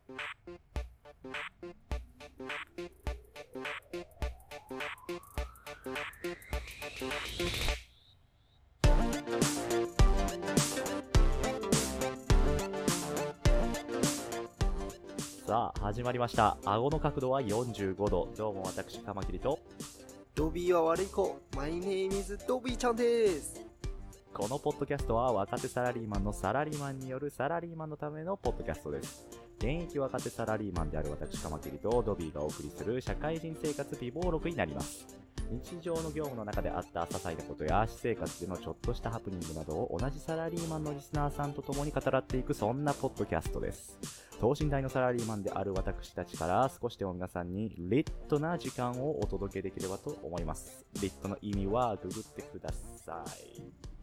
さあ始まりました。顎の角度は45度。どうも私カマキリとドビーは悪い子。マイネームズドビーちゃんです。 このポッドキャストは若手サラリーマンのサラリーマンによるサラリーマンのためのポッドキャストです。現役若手サラリーマンである私カマキリとドビーがお送りする社会人生活備忘録になります。日常の業務の中であった些細なことや私生活でのちょっとしたハプニングなどを同じサラリーマンのリスナーさんと共に語らっていく、そんなポッドキャストです。等身大のサラリーマンである私たちから少しでも皆さんにリットな時間をお届けできればと思います。リットの意味はググってください。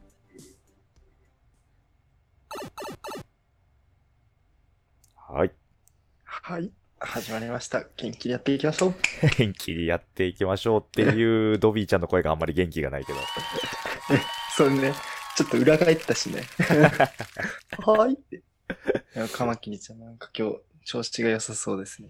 はい。 はい。始まりました。元気にやっていきましょう。 元気にやっていきましょうっていうドビーちゃんの声があんまり元気がないけど。 それね、ちょっと裏返ったしね。はいって。カマキリちゃんなんか今日調子が良さそうですね。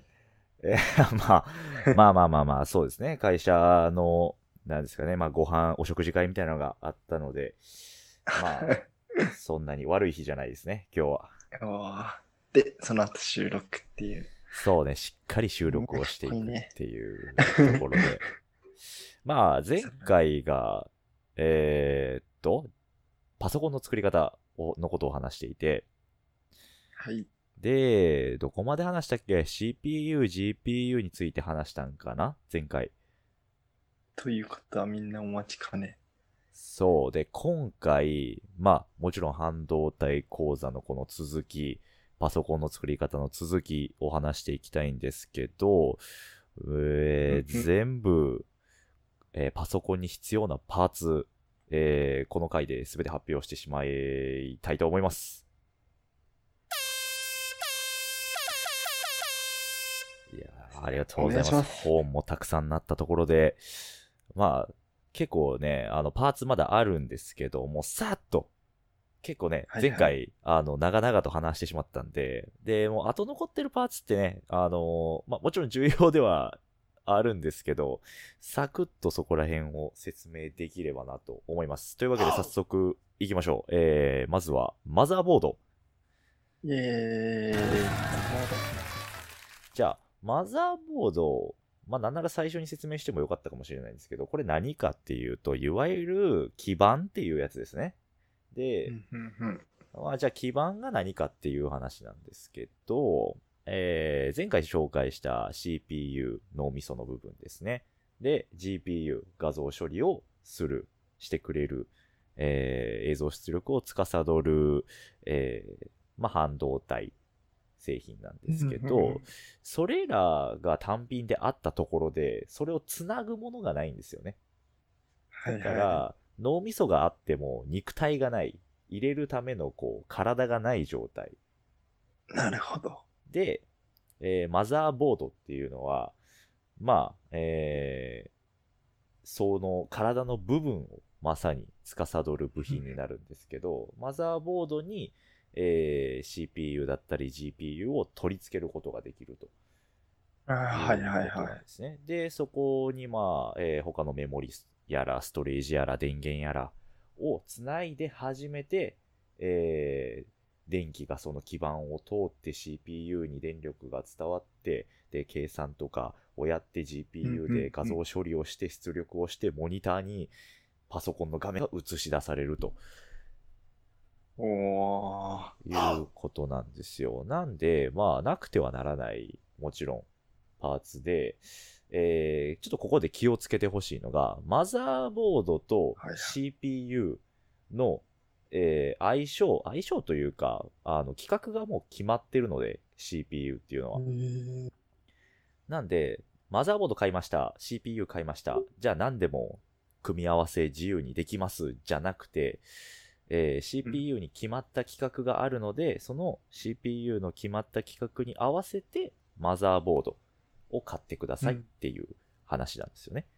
まあ、そうですね。会社の、なんですかね、まあご飯、お食事会みたいなのがあったので、まあ、そんなに悪い日じゃないですね、今日は。 で、その後収録っていう。 そうね、しっかり収録をしていくっていうところで。まあ、前回が、パソコンの作り方のことを話していて、 はい。 で、どこまで話したっけ？ CPU、GPU について話したんかな？前回。 ということはみんなお待ちかね。 そう。で、今回、まあ、もちろん半導体講座のこの続き、パソコンの作り方の続きを話していきたいんですけど、全部、パソコンに必要なパーツ、この回で全て発表してしまいたいと思います。いやー、ありがとうございます。本もたくさんなったところで、まあ、結構ね、パーツまだあるんですけど、もうさっと、結構ね、前回、長々と話してしまったんで、で、もう後残ってるパーツってね、もちろん重要ではあるんですけど、サクッとそこら辺を説明できればなと思います。というわけで早速行きましょう。まずは、マザーボード。 イエーイ。 じゃあ、マザーボード、なんなら最初に説明してもよかったかもしれないんですけど、これ何かっていうと、いわゆる基板っていうやつですね。で、じゃあ基板が何かっていう話なんですけど、前回紹介した CPU 脳みその部分ですね。で、GPU 画像処理をしてくれる、映像出力を司る、半導体製品なんですけど、それらが単品であったところで、それをつなぐものがないんですよね。だから、脳みそがあっても肉体がない。入れるための体がない状態。 なるほど。 で、マザーボードっていうのは、その体の部分をまさに司る部品になるんですけど、マザーボードに、CPU だったり GPU を取り付けることができると。 はい。 ですね。で、そこに他のメモリやらストレージやら電源やらをつないで初めて、電気がその基板を通って CPU に電力が伝わって、で、計算とかをやって GPU で画像処理をして出力をしてモニターにパソコンの画面が映し出されると。いうことなんですよ。なんで、なくてはならない、もちろん、パーツで、ちょっとここで気をつけてほしいのが、マザーボードと CPU の、相性というか、規格がもう決まってるので、CPU っていうのは。なんで、マザーボード買いました、CPU 買いました、じゃあ何でも組み合わせ自由にできますじゃなくて、CPU に決まった規格があるので、その CPU の決まった規格に合わせてマザーボードを買ってくださいっていう話なんですよね。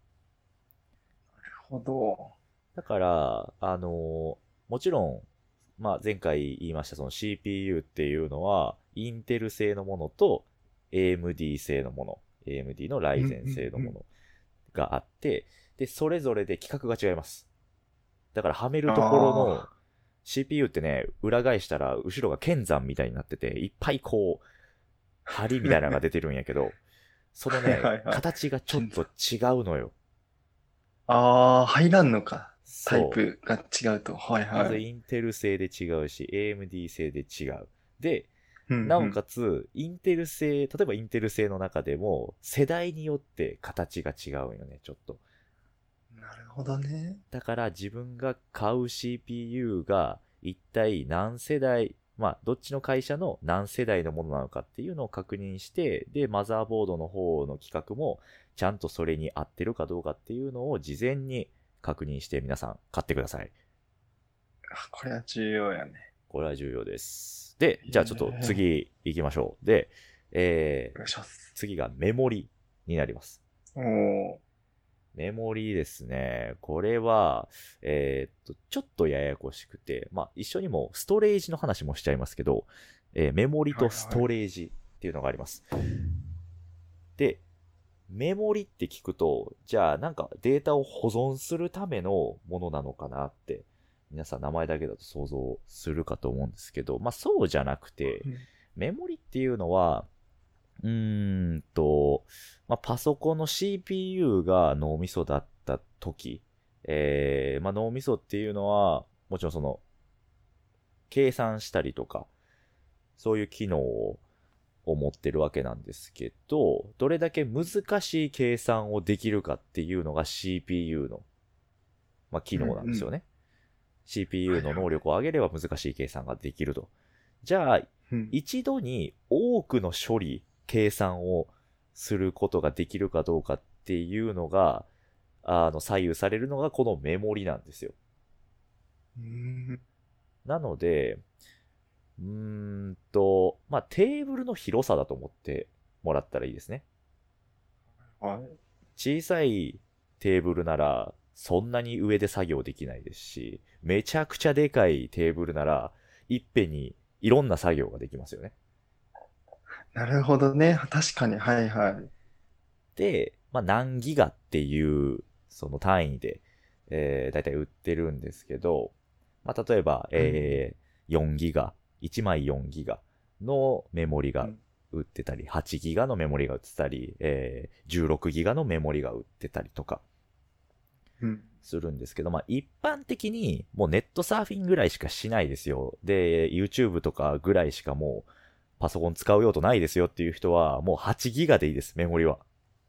なるほど。 だから、もちろん、 まあ、前回言いましたその CPU っていうのは、インテル製のものと AMD 製のもの、AMD のライゼン製のものがあって、で、それぞれで規格が違います。だから、はめるところの CPU ってね、裏返したら後ろが剣山みたいになってて、いっぱいこう、針みたいなのが出てるんやけど、そのね、 はいはいはい、 形がちょっと違うのよ。 入らんのか。タイそう。 プが違うと。はいまずはい。 インテル製で違うし、AMD 製で違う。で、 うんなおかつ、インテル製、例えばインテル製の中でも、世代によって形が違うんよね、ちょっと。 なるほどね。 だから自分が買う CPU が一体何世代、まあ、どっちの会社の何世代のものなのかっていうのを確認して、で、マザーボードの方の規格も、ちゃんとそれに合ってるかどうかっていうのを事前に確認して皆さん買ってください。 これは重要やね。 これは重要です。で、じゃあちょっと次行きましょう。で、 お願いします。 次がメモリになります。 おー。 メモリですね。これは、ちょっとややこしくて、まあ、一緒にもストレージの話もしちゃいますけど、メモリとストレージっていうのがあります。で、メモリって聞くと、じゃあなんかデータを保存するためのものなのかなって、皆さん名前だけだと想像するかと思うんですけど、まあそうじゃなくて、メモリっていうのは、まあ、パソコンの CPU が脳みそだった時、まあ、脳みそっていうのは、もちろんその、計算したりとか、そういう機能を持ってるわけなんですけど、どれだけ難しい計算をできるかっていうのが CPU の、まあ、機能なんですよね。CPU の能力を上げれば難しい計算ができると。じゃあ、一度に多くの処理、計算をすることができるかどうかっていうのが、左右されるのがこのメモリなんですよ。なので、まあ、テーブルの広さだと思ってもらったらいいですね。小さいテーブルなら、そんなに上で作業できないですし、めちゃくちゃでかいテーブルなら、いっぺんにいろんな作業ができますよね。 なるほどね。確かに。はいはい。 で、まあ、何ギガっていう、その単位で、だいたい売ってるんですけど、まあ、例えば、4ギガ、1枚4ギガのメモリが売ってたり、8ギガのメモリが売ってたり、16ギガのメモリが売ってたりとか、するんですけど、まあ、一般的にもうネットサーフィンぐらいしかしないですよ。で、YouTube とかぐらいしかもうパソコン使う用途ないですよっていう人は、もう8ギガでいいです、メモリは。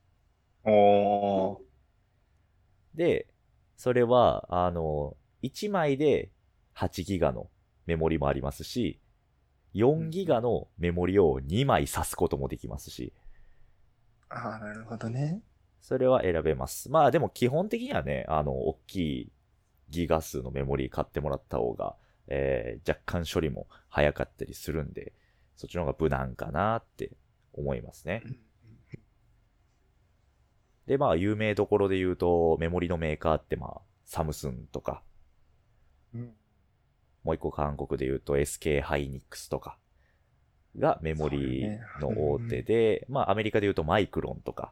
で、それは、1枚で8ギガのメモリもありますし、4ギガのメモリを2枚挿すこともできますし。 なるほどね。 それは選べます。まあでも基本的にはね、大きいギガ数のメモリ買ってもらった方が、若干処理も早かったりするんで、そっちの方が無難かなって思いますね。で、まあ有名どころで言うと、メモリのメーカーってまあ、サムスンとか、もう一個韓国で言うと SK ハイニックスとかがメモリの大手で、まあアメリカで言うとマイクロンとか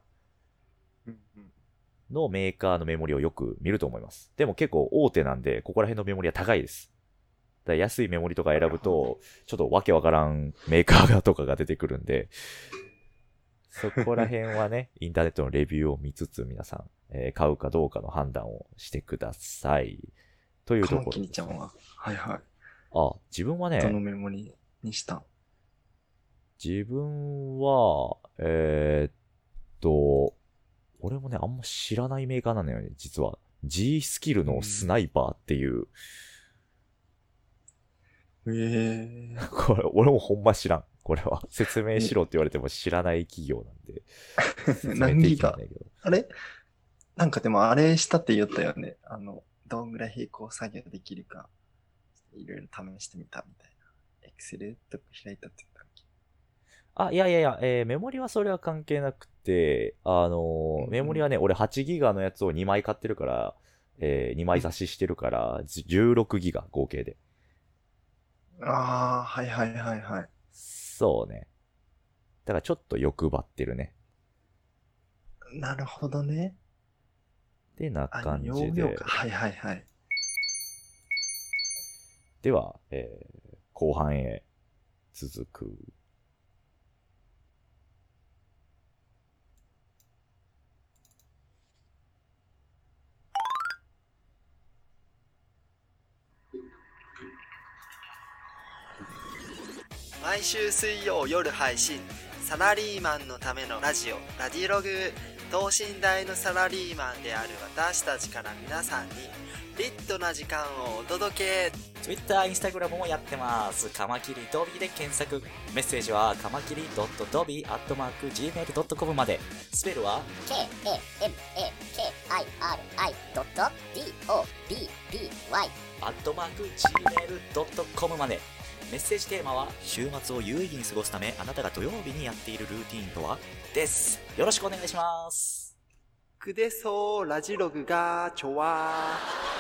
のメーカーのメモリをよく見ると思います。でも結構大手なんで、ここら辺のメモリは高いです。だから安いメモリとか選ぶと、ちょっとわけわからんメーカーとかが出てくるんで、そこら辺はね、インターネットのレビューを見つつ皆さん、買うかどうかの判断をしてください。というところ。 カマキリちゃんは、はいはい。 自分はね、 どのメモリにしたん？ 自分は、俺もね、あんま知らないメーカーなのよね、実は。G スキルのスナイパーっていう。これ、俺もほんま知らん。これは。説明しろって言われても知らない企業なんで。 何ギガ？あれなんかでもあれしたって言ったよね。どんぐらい並行作業できるか、いろいろ試してみたみたいな。Excel とか開いたって言ったっけ？ いや、メモリはそれは関係なくて、メモリはね、俺8ギガのやつを2枚買ってるから、2枚差ししてるから、16ギガ合計で。 ああ、はいはいはいはい。 そうね。だからちょっと欲張ってるね。 なるほどね。 ってなあ、今、 感じ容量か。 で。 はいはいはい。 では、後半へ続く。 毎週水曜夜配信、サラリーマンのためのラジオラディログ。等身大のサラリーマンである私たちから皆さんにリットな時間をお届け。 Twitter、Instagram もやってます。カマキリドビーで検索。メッセージはカマキリ .dobi@gmail.com まで。スペルは KAMAKI.DOBBY @gmail.com まで。メッセージテーマは週末を有意義に過ごすためあなたが土曜日にやっているルーティーンとはです。よろしくお願いします。 くでそうラジログがちょわ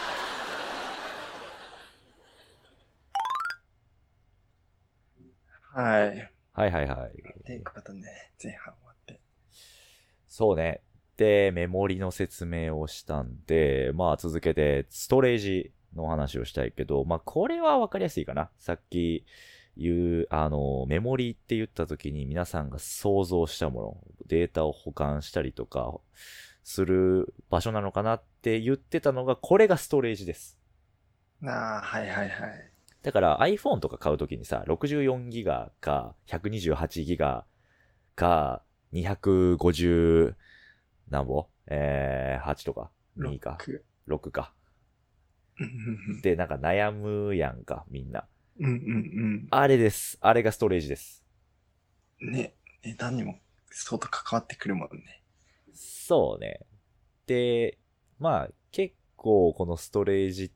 はい。 はいはいはい。 っていうことね、前半終わって。 そうね。で、メモリの説明をしたんで、まあ続けてストレージの話をしたいけど、まあこれはわかりやすいかな。さっき言う、メモリって言った時に皆さんが想像したもの、データを保管したりとかする場所なのかなって言ってたのが、これがストレージです。 ああ、はいはいはい。 だから iPhone とか買うときにさ、64ギガか128ギガか250何ぼ8とか2か 6。 6か。 うんうんで、なんか悩むやんか、みんな。 うん。うんうんあれです。あれがストレージです。 うん。ね、値段にも相当関わってくるもんね。 そうね。で、まあ、結構このストレージって、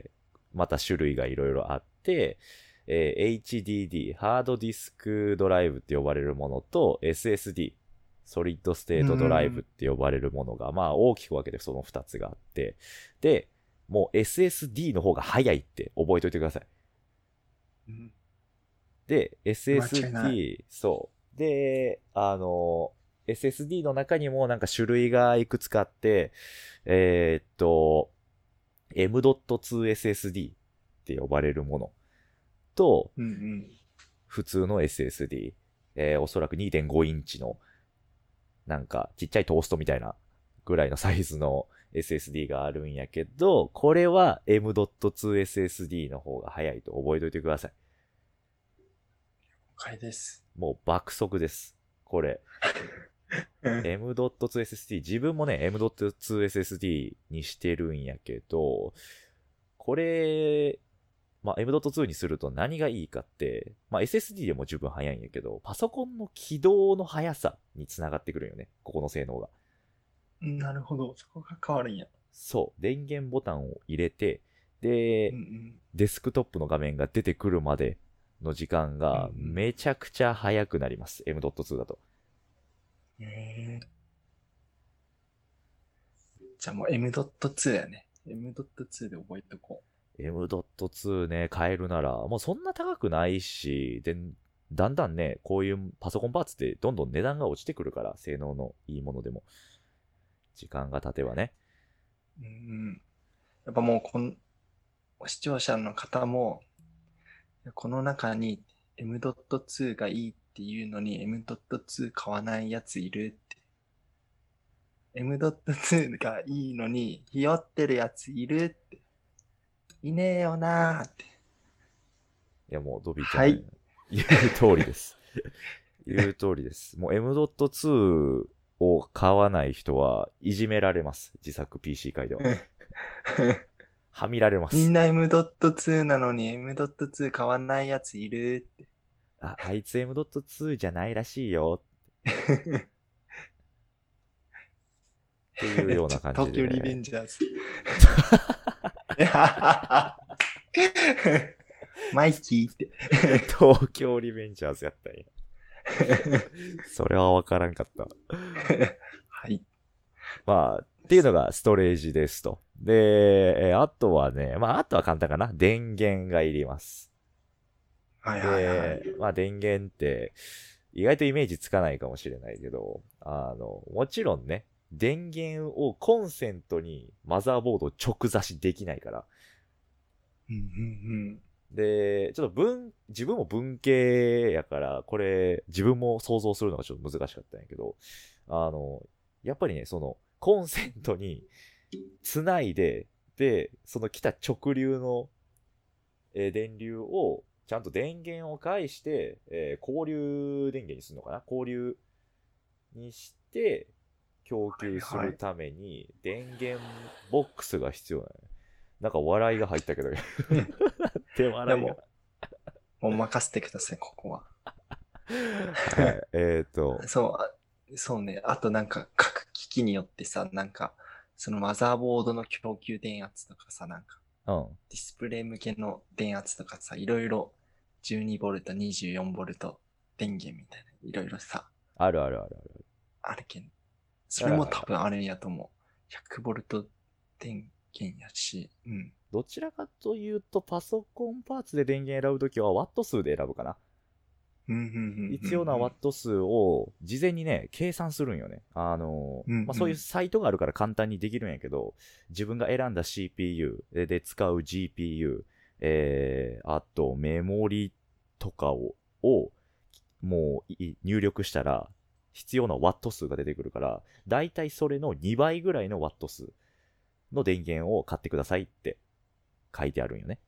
また種類がいろいろあって、HDD、ハードディスクドライブって呼ばれるものと、SSD、ソリッドステートドライブって呼ばれるものが、まあ大きく分けてその2つがあって、で、もう SSD の方が早いって覚えておいてください。 うん、 で、 間違いない。 SSD、そう。で、SSD の中にもなんか種類がいくつかあって、えーっと、M.2SSD って呼ばれるものと、 うんうん。 普通の SSD、おそらく2.5インチの、なんかちっちゃいトーストみたいなぐらいのサイズの SSD があるんやけど、これは M.2SSD の方が早いと覚えておいてください。 了解です。 もう爆速です。これ。 うん。 M.2SSD、自分もね、M.2SSD にしてるんやけど、これ、まあ、M.2 にすると何がいいかって、まあ、SSD でも十分早いんやけど、パソコンの起動の速さにつながってくるよね。ここの性能が。 なるほど。そこが変わるんや。 そう。電源ボタンを入れて、で、 うんうん。 デスクトップの画面が出てくるまでの時間うんうがん。 めちゃくちゃ速くなります。M.2 だと。 へえ。じゃあもう M.2 やね。M.2 で覚えとこ M.2 ね、買えるなら、もうそんな高くないし、で、だんだんね、こういうパソコンパーツってどんどん値段が落ちてくるから、性能のいいものでも。時間が経てばね。 う。うんうん。やっぱもう視聴者の方も、この中に M.2 がいいっていうのに M.2 買わないやついるって。M.2 がいいのにひよってるやついるって。いねえよなーって。 いやもうドビーちゃん、 はい。 言う通りです。言う通りです。もう M.2 を買わない人はいじめられます。自作 PC 界では。はみられます。 みんな M.2 なのに M.2 買わないやついるって。 あいつ M.2 じゃないらしいよ。っていうようなちょっ感じと東京リベで。 ンジャーズ。マイキーって。 東京リベンジャーズやったんや。それはわからんかった。 はい。 まあ、っていうのがストレージですと。で、あとはね、まあ、あとは簡単かな。電源がいります。 はいはいはい。 で、まあ電源って意外とイメージつかないかもしれないけど、もちろんね、電源をコンセントにマザーボード直差しできないから。 うんうんで、ちょっと自分も文系やから、これ自分も想像するのがちょっと難しかったんやけど、やっぱりね、そのコンセントにつないで、で、その来た直流の、電流を、ちゃんと電源を介して、交流電源にするのかな、交流にして、供給するために、電源ボックスが必要なのよ。なんか笑いが入ったけど、 うん。 手いや笑いが。 もう任せてください、ここは。 はい。 そうね。あとなんか各機器によってさ、なんか、そのマザーボードの供給電圧とかさ、なんか、 うん。 ディスプレイ向けの電圧とかさ、いろいろ 12V、24V 電源みたいな、いろいろさ、 あるあるあるある。 あるけん。そだから、 れも多分あるんやと思う。100V 電源やし、うん。 どちらかというと、パソコンパーツで電源選ぶときは、ワット数で選ぶかな。 うん、うん、うん、 必要なワット数を事前にね、計算するんよね。 うん。 まあ、そういうサイトがあるから簡単にできるんやけど、自分が選んだ CPU で使う GPU、あとメモリとかをもう入力したら、必要なワット数が出てくるから、だいたいそれの2倍ぐらいのワット数の電源を買ってくださいって書いてあるんよね。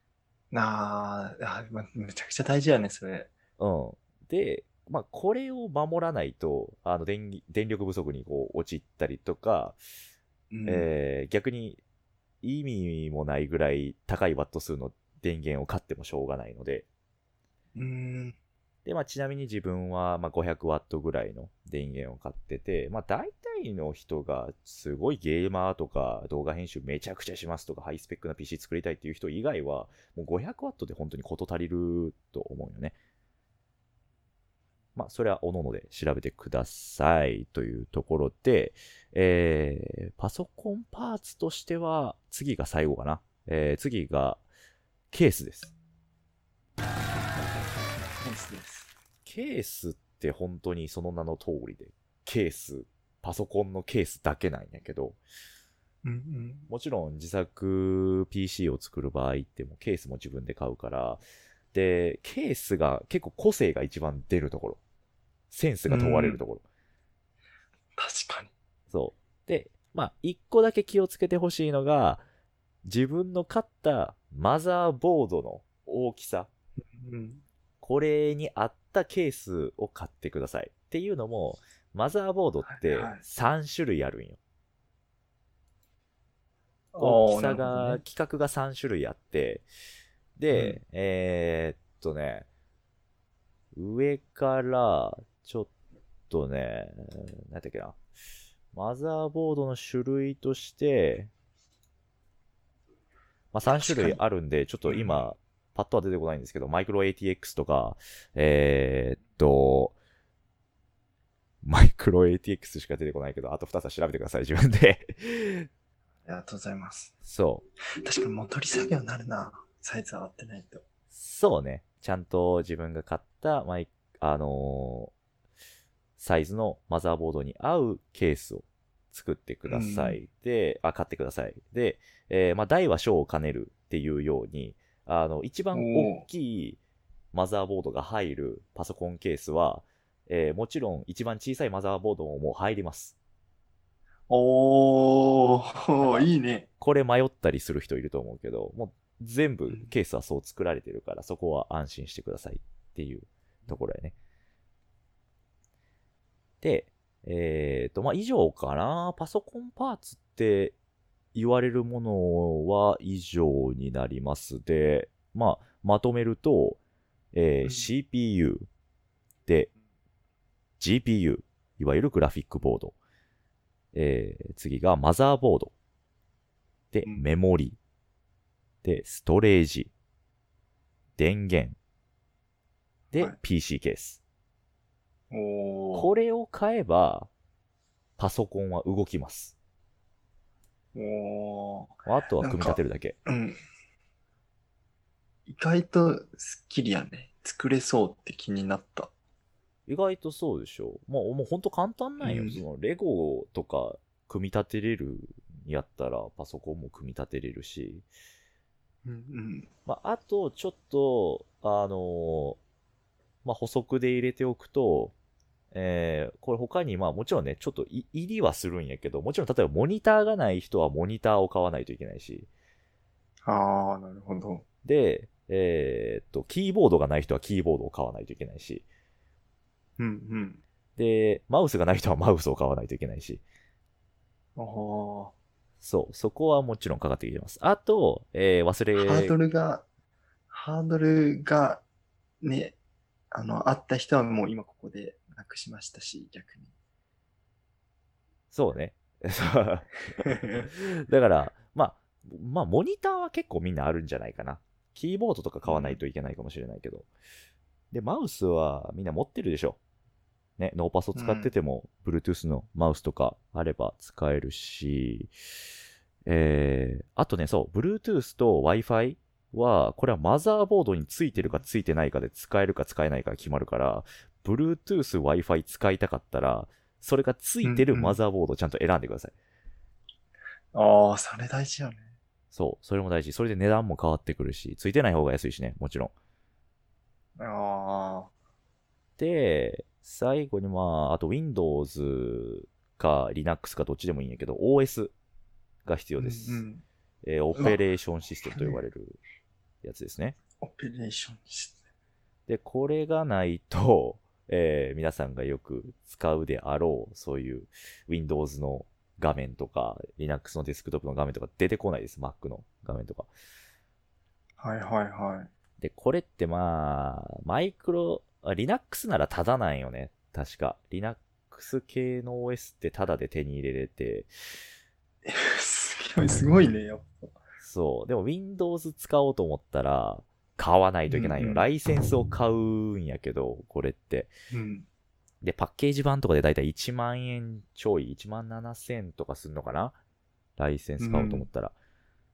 めちゃくちゃ大事やね、それ。 うん。で、まあ、これを守らないと、電力不足にこう陥ったりとか、 うん。 逆に意味もないぐらい高いワット数の電源を買ってもしょうがないので、 うーん。 で、まあ、ちなみに自分は、まあ、500ワットぐらいの電源を買ってて、まあ、大体の人がすごいゲーマーとか動画編集めちゃくちゃしますとか、ハイスペックな PC 作りたいっていう人以外は、もう500ワットで本当に事足りると思うよね。まあ、それは各々で調べてくださいというところで、パソコンパーツとしては、次が最後かな。次が、ケースです。 ナイスです。 ケースって本当にその名の通りで、ケース、パソコンのケースだけなんやけど、 うんうん。 もちろん自作 PC を作る場合ってもケースも自分で買うから、で、ケースが結構個性が一番出るところ。センスが問われるところ。 確かに。 そう。で、まあ、一個だけ気をつけてほしいのが、自分の買ったマザーボードの大きさ。 うん。 これに合ったケースを買ってください。っていうのも、マザーボードってはいはい。 3種類あるんよ。大きおー、なさが、 るほどね。 規格が3種類あって、 うん。 で、上から、ちょっとね、なんだっけな。マザーボードの種類として、まあ、3種類確かに。 あるんで、ちょっうん。 と今、パッとは出てこないんですけど、マイクロ ATX とか、えーっと、マイクロ ATX しか出てこないけど、あと2つは調べてください、自分で。 ありがとうございます。 そう。 確かにもう取り作業になるな。サイズ合ってないと。 そうね。ちゃんと自分が買ったあのーサイズのマザーボードに合うケースを作ってくうん。 ださい。で、買ってください。で、まあ、大は小を兼ねるっていうように、一お番大ー。 きいマザーボードが入るパソコンケースは、もちろん一番小さいマザーボードももう入ります。 おー、 なんか、 いいね。 これ迷ったりする人いると思うけど、もう全部うん。 ケースはそう作られてるから、そこは安心してくださいっていうところやね。で、まあ、以上かな。パソコンパーツって言われるものは以上になりますで、まあ、まとめると、 うん。 CPU で GPU、いわゆるグラフィックボード。次がマザーボード。で、 うん。 メモリ。で、ストレージ。電源。で、 はい。 PC ケース。 おこれを買えば、パソコンは動きます。 ー。おあとは組み立てなんか、 るだけ。 うん。意外とスッキリやね。 作れそうって気になった。 意外とそうでしょ。もうほんと簡単なんよ。 うんそのレゴとか組み立てれるんやったらパソコンも組み立てれるし、 うん。 あとちょっと、補足で入れておくと、これ他にもちろんね、ちょっと入りはするんやけど、もちろん例えばモニターがない人はモニターを買わないといけないし、 ああ、なるほど。 で、キーボードがない人はキーボードを買わないといけないし、 うんで、マウスがない人はマウスを買わないといけないし、 うん。あそう、そこはもちろんかかってきてます。あと、 あ、ハードルがね、あった人はもう今ここでなくしましたし、逆に。 そうね。だから、モニターは結構みんなあるんじゃないかな。キーボードとか買わないといけないかもしれないけど。で、マウスはみんな持ってるでしょ。ね、ノーパソ使ってても、Bluetooth のマウスとかあれば使えるし、あとね、そう、Bluetooth と Wi-Fi は、これはマザーボードについてるかついてないかで使えるか使えないかが決まるから、Bluetooth、Wi-Fi 使いたかったら、それがついてるマザーボードをちゃんと選んでください。 ああ、それ大事よね。 そう、それも大事。それで値段も変わってくるし、ついてない方が安いしね、もちろん。 ああ、 で、最後にあと Windows か Linux かどっちでもいいんやけど、OS が必要です。オペレーションシステムと呼ばれるやつですね。 オペレーションシステで、これがないと、皆さんがよく使うであろう、そういう Windows の画面とか、Linux のデスクトップの画面とか出てこないです。Mac の画面とか。 ム。はいはいはい。 で、これってLinux ならタダなんよね。確か。Linux 系の OS ってタダで手に入れれて。 すごいね、やっぱ。 そう。でも Windows 使おうと思ったら、買わないといけないよ。ライセンスを買うんやけど、これって。 うん。 で、パッケージ版とかでだいたい1万円ちょい、1万7000とかすんのかな、ライセンス買おうと思ったら。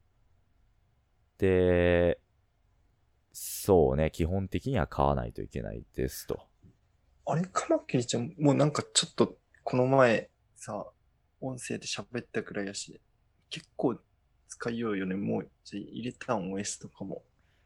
で、そうね、基本的には買わないといけないですと。 あれ、カマキリちゃん、もうなんかちょっと、この前さ、音声で喋ったくらいやし、結構使いようよね。もう、じゃあ入れたん OS とかも。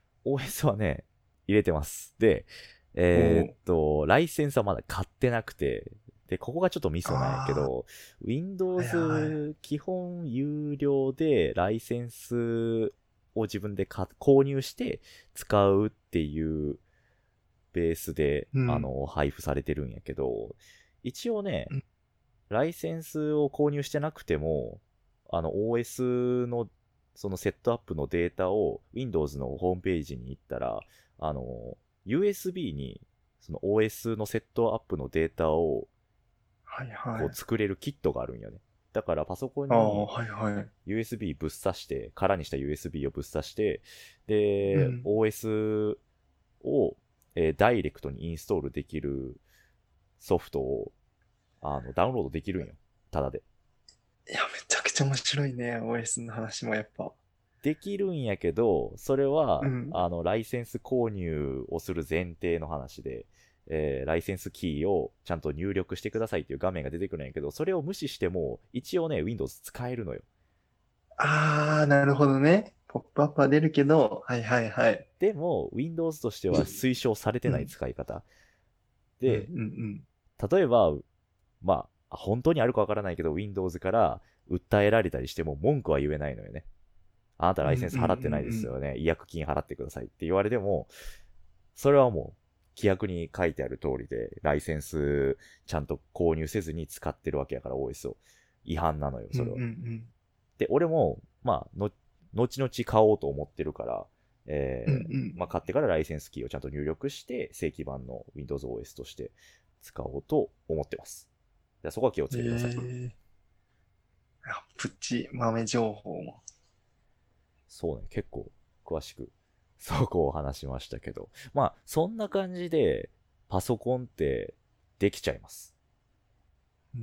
OS はね、入れてます。で、ライセンスはまだ買ってなくて、で、ここがちょっとミソなんやけど、 はいはい。 Windows 基本有料でライセンスを自分で購入して使うっていうベースで、 うん。 配布されてるんやけど、一応ね、 うんライセンスを購入してなくても、OS のそのセットアップのデータを Windows のホームページに行ったら、USB にその OS のセットアップのデータをはいはい。 こう作れるキットがあるんよね。だからパソコンああ、 にはいはい。 USB ぶっ刺して、空にした USB をぶっ刺して、で、 うん。 OS を、ダイレクトにインストールできるソフトをダウンロードできるんよ。ただで。 いや、めちゃくちゃ面白いね。OS の話もやっぱ。 できるんやけど、それは、 うん。 ライセンス購入をする前提の話で、ライセンスキーをちゃんと入力してくださいっていう画面が出てくるんやけど、それを無視しても、一応ね、Windows 使えるのよ。 ああ、なるほどね。ポップアップは出るけど、はいはいはい。 でも、Windows としては推奨されてないうん。 使い方。 うんうで、 ん例えば、本当にあるかわからないけど、Windows から訴えられたりしても文句は言えないのよね。あなたうん。 ライセンス払ってないですよね。違約金払ってくださいって言われても、それはもう、規約に書いてある通りで、ライセンスちゃんと購入せずに使ってるわけやから、OS を。違反なのよ、 うんうそれは。 んで、俺も、後々買おうと思ってるから、 うん。うんうん。 買ってからライセンスキーをちゃんと入力して、正規版の Windows OS として使おうと思ってます。そこは気をつけてください。 プチ豆情報も。 そうね、結構詳しく、そこを話しましたけど。そんな感じで、パソコンってできちゃいます。 うん。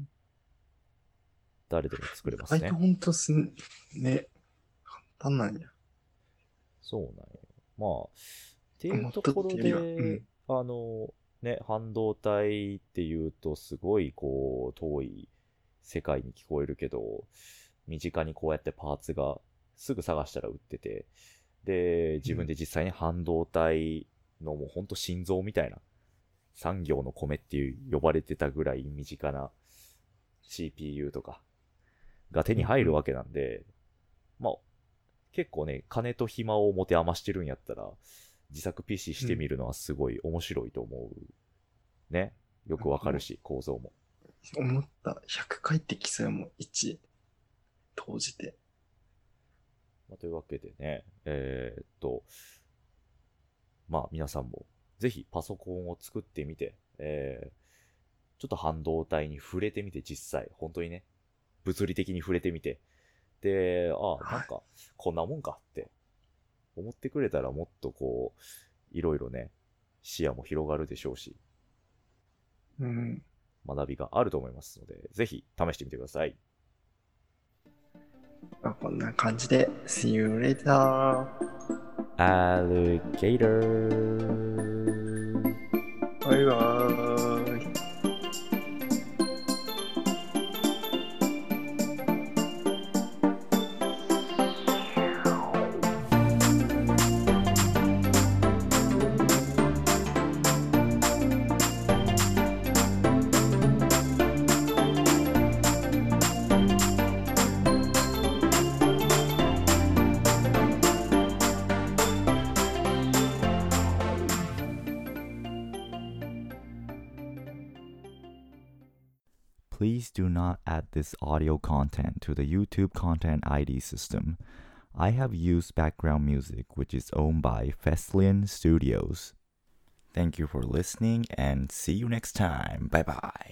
誰でも作れ意外とますね。 ほんとね、簡単なんや。 そうなんよ。 っていうところで、ね、半導体っていうとすごいこう遠い世界に聞こえるけど、身近にこうやってパーツがすぐ探したら売ってて、で、自分で実際に半導体のもうほんと心臓みたいな、産業の米っていう呼ばれてたぐらい身近な CPU とかが手に入るわけなんで、まあ、結構ね、金と暇を持て余してるんやったら、自作 PC してみるのはすごい面白いと思う。ね。よくわかるし、構造も。 思った。100回ってきそうやもん、1。投じて。 まあ、というわけでね、まあ皆さんもぜひパソコンを作ってみて、ちょっと半導体に触れてみて、実際、本当にね、物理的に触れてみて、で、なんか、こんなもんかって思ってくれたら、もっとこう、いろいろね、視野も広がるでしょうし、学びがあると思いますので、ぜひ試してみてください。 こんな感じで、See you later! Alligator! バイバーイ! Please do not add this audio content to the YouTube Content ID system. I have used background music which is owned by Feslian Studios. Thank you for listening and see you next time. Bye bye.